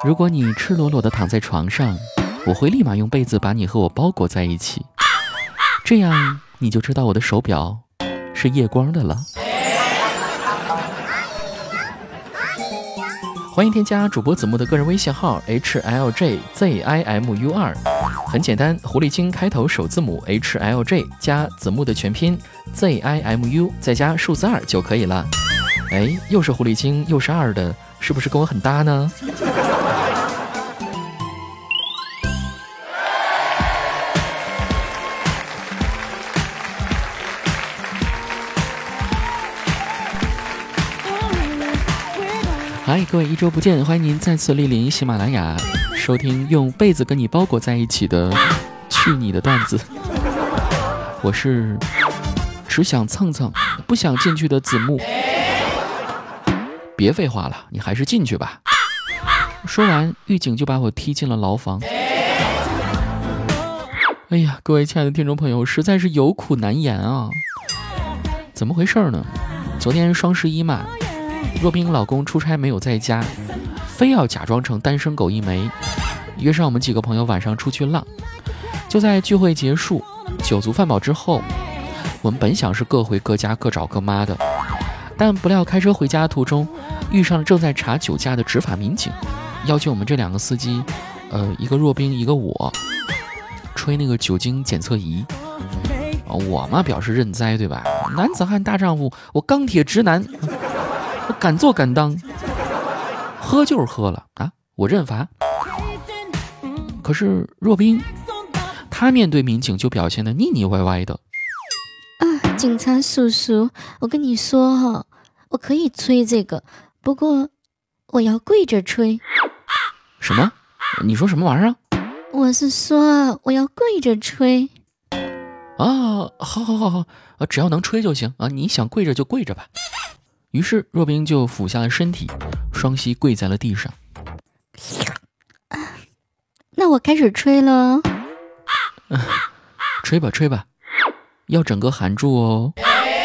如果你赤裸裸地躺在床上，我会立马用被子把你和我包裹在一起，这样你就知道我的手表是夜光的了。欢迎添加主播子木的个人微信号 HLJZIMU2， 很简单，狐狸精开头首字母 HLJ 加子木的全拼 ZIMU 再加数字2就可以了。哎，又是狐狸精又是2的，是不是跟我很搭呢？嗨，各位一周不见，欢迎您再次莅临喜马拉雅，收听用被子跟你包裹在一起的去你的段子。我是只想蹭蹭不想进去的子木。别废话了，你还是进去吧。说完，狱警就把我踢进了牢房。哎呀，各位亲爱的听众朋友，实在是有苦难言啊！怎么回事呢？昨天双11嘛，若冰老公出差没有在家，非要假装成单身狗一枚，约上我们几个朋友晚上出去浪。就在聚会结束，酒足饭饱之后，我们本想是各回各家各找各妈的，但不料开车回家途中遇上了正在查酒驾的执法民警，要求我们这2个司机，一个若冰一个我，吹那个酒精检测仪。我嘛表示认栽，对吧？男子汉大丈夫，我钢铁直男，我敢做敢当，喝就是喝了啊，我认罚。可是若冰他面对民警就表现得腻腻歪歪的。 警察叔叔，我跟你说哈，我可以吹这个，不过我要跪着吹。 什么？你说什么玩意儿？ 我是说我要跪着吹。 好，只要能吹就行啊！你想跪着就跪着吧。于是若冰就俯下了身体，双膝跪在了地上。 那我开始吹了。 吹吧，要整个含住哦。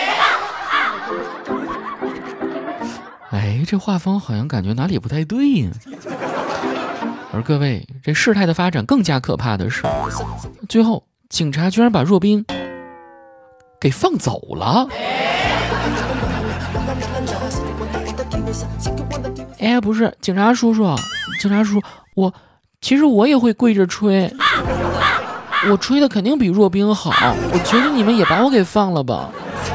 哎，这画风好像感觉哪里不太对呀。而各位，这事态的发展更加可怕的是，最后警察居然把若冰给放走了。哎，不是，警察叔叔，其实我也会跪着吹，我吹的肯定比若冰好，我求求你们也把我给放了吧。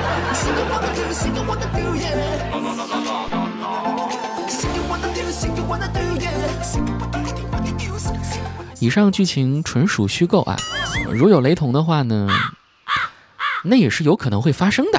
以上剧情纯属虚构啊，如有雷同的话呢，那也是有可能会发生的。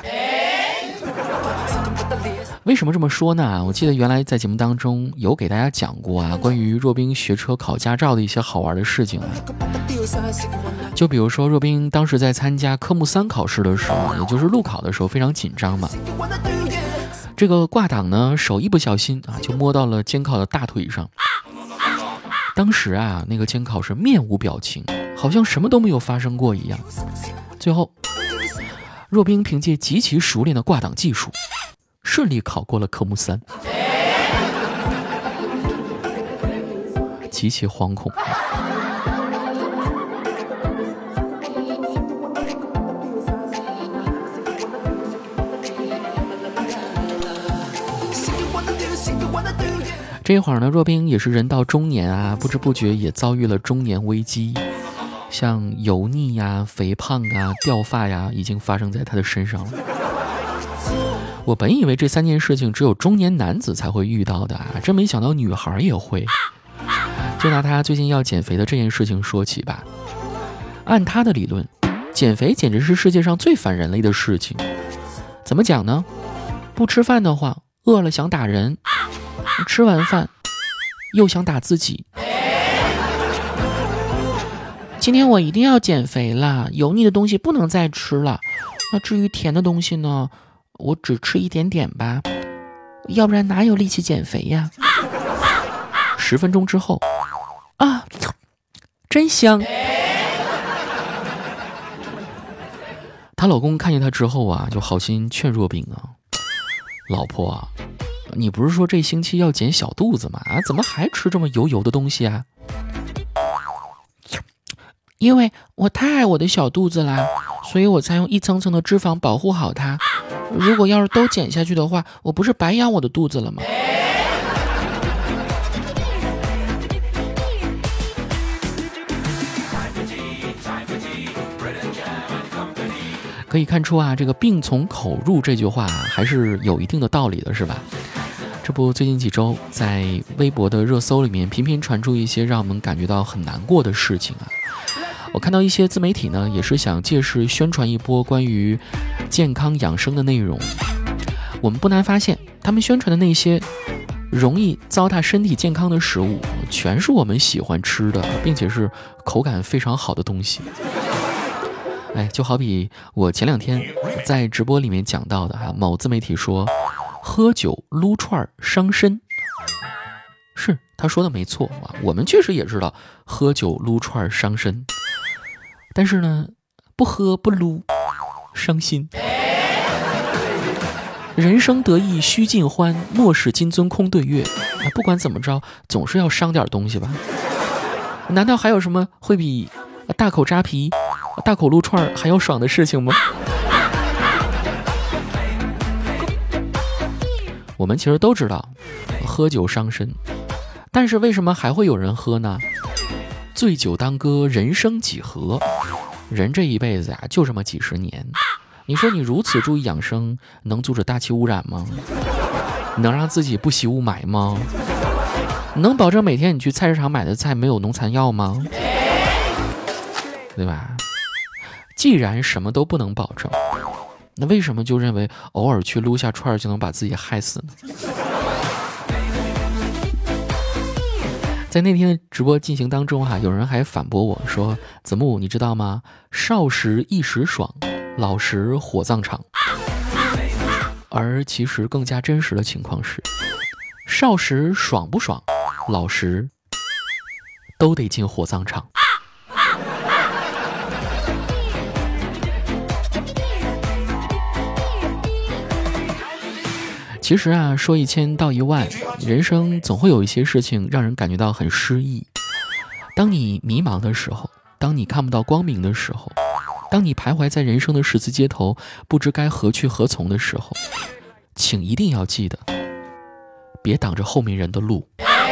为什么这么说呢？我记得原来在节目当中有给大家讲过啊，关于若冰学车考驾照的一些好玩的事情啊。就比如说若冰当时在参加科目3考试的时候，也就是路考的时候非常紧张嘛。这个挂档呢手一不小心啊，就摸到了监考的大腿上。当时啊，那个监考是面无表情，好像什么都没有发生过一样。最后，若冰凭借极其熟练的挂档技术，顺利考过了科目3，极其惶恐。这会儿呢，若冰也是人到中年啊，不知不觉也遭遇了中年危机，像油腻呀、肥胖啊、掉发呀，已经发生在他的身上了。我本以为这3件事情只有中年男子才会遇到的啊，真没想到女孩也会。就拿他最近要减肥的这件事情说起吧，按他的理论，减肥简直是世界上最反人类的事情。怎么讲呢？不吃饭的话，饿了想打人，吃完饭又想打自己。今天我一定要减肥啦，油腻的东西不能再吃了。那至于甜的东西呢，我只吃一点点吧，要不然哪有力气减肥呀？10分钟之后，啊，真香。她老公看见她之后啊，就好心劝若冰啊，老婆啊， 你不是说这星期要减小肚子吗？怎么还吃这么油的东西啊？因为我太爱我的小肚子啦，所以我才用一层层的脂肪保护好它。如果要是都减下去的话，我不是白养我的肚子了吗？可以看出啊，这个病从口入这句话还是有一定的道理的，是吧？这不，最近几周在微博的热搜里面频频传出一些让我们感觉到很难过的事情啊。我看到一些自媒体呢，也是想借势宣传一波关于健康养生的内容。我们不难发现，他们宣传的那些容易糟蹋身体健康的食物，全是我们喜欢吃的，并且是口感非常好的东西。就好比我前2天在直播里面讲到的某自媒体说喝酒撸串伤身，是他说的没错啊，我们确实也知道喝酒撸串伤身，但是呢，不喝不撸伤心。人生得意须尽欢，莫使金樽空对月。不管怎么着，总是要伤点东西吧？难道还有什么会比大口扎啤、大口撸串还要爽的事情吗？我们其实都知道喝酒伤身，但是为什么还会有人喝呢？醉酒当歌，人生几何？人这一辈子就这么几十年，你说你如此注意养生，能阻止大气污染吗？能让自己不惜雾霾吗？能保证每天你去菜市场买的菜没有农残药吗？对吧？既然什么都不能保证，那为什么就认为偶尔去撸下串就能把自己害死呢？在那天的直播进行当中有人还反驳我说，子木你知道吗？少时一时爽，老时火葬场。而其实更加真实的情况是，少时爽不爽，老时都得进火葬场。其实说1000道1万，人生总会有一些事情让人感觉到很失意。当你迷茫的时候，当你看不到光明的时候，当你徘徊在人生的十字街头，不知该何去何从的时候，请一定要记得，别挡着后面人的路。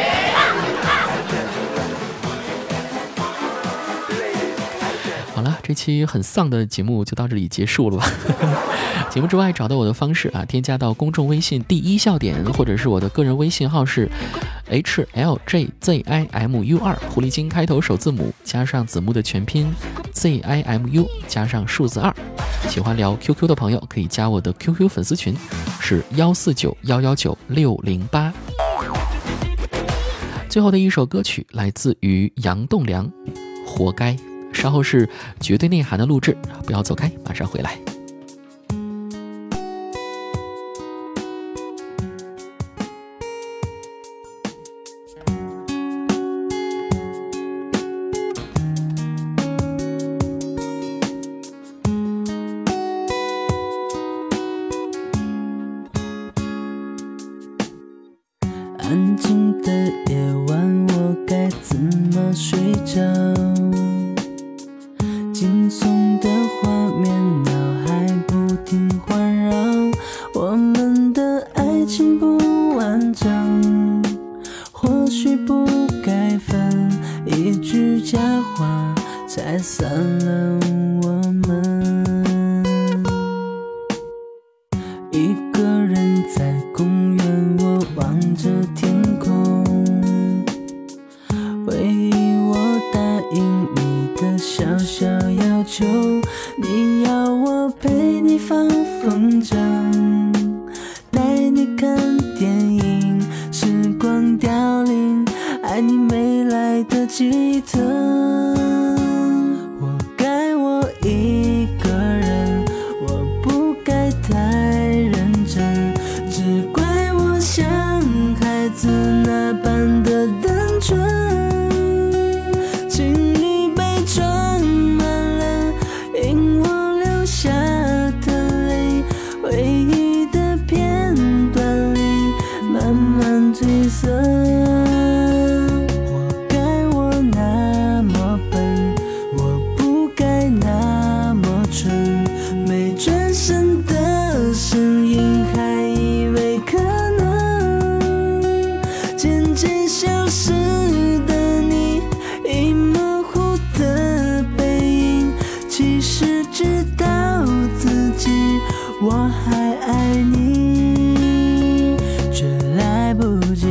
好了，这期很丧的节目就到这里结束了吧。节目之外找到我的方式添加到公众微信第一笑点，或者是我的个人微信号是 HLJZIMU2，狐狸精开头首字母加上子木的全拼 ZIMU 加上数字2。喜欢聊 QQ 的朋友可以加我的 QQ 粉丝群，是149119608。最后的一首歌曲来自于杨栋梁，活该。稍后是绝对内涵的录制，不要走开，马上回来。 安静的夜晚，我该怎么睡着？惊悚的画面，脑海不停环绕，我们的爱情不完整，或许不该分一句假话拆散了我们。一个人在公园，我望着天空，回忆我答应你的小小要求，你要我陪你放风筝，带你看电影，时光凋零，爱你没来得及等。我一个人，我不该太认真，只怪我像孩子那般的单纯，请你被装满了因我流下的泪，回忆的片段里慢色，活该我那么笨，我不该那么蠢，没转身的声音还以为可能，渐渐消失的你，已模糊的背影，其实知道自己我还爱你，却来不及。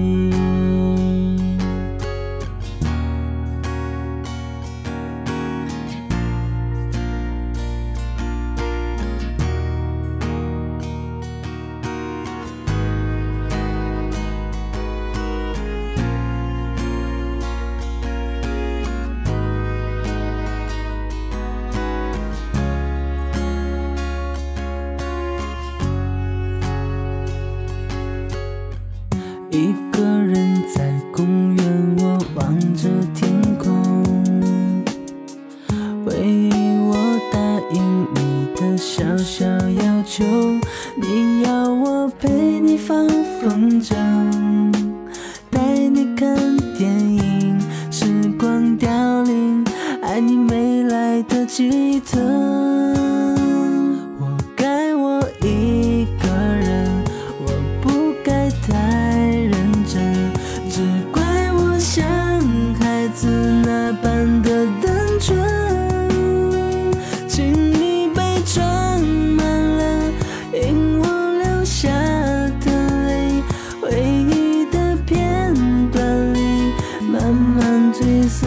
一个人在公园，我望着天空，回忆我答应你的小小要求，你要我陪你放风筝，带你看电影，时光凋零，爱你没来得及疼，活该我一个人，我不该太认真，只怪我像孩子那般的单纯，请你被装满了因我流下的泪，回忆的片段里慢慢褪色，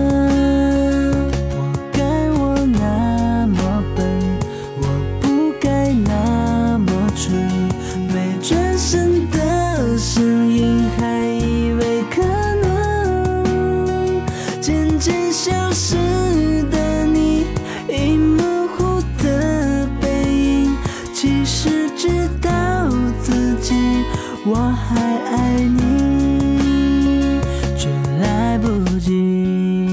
活该我那么笨，我不该那么蠢，没转身的声音还以为可能，渐渐消失的你，已模糊的背影，其实知道自己我还爱你，却来不及。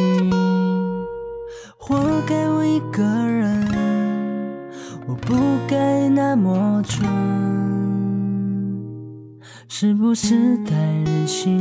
活该我一个人，我不该那么蠢，是不是太任性？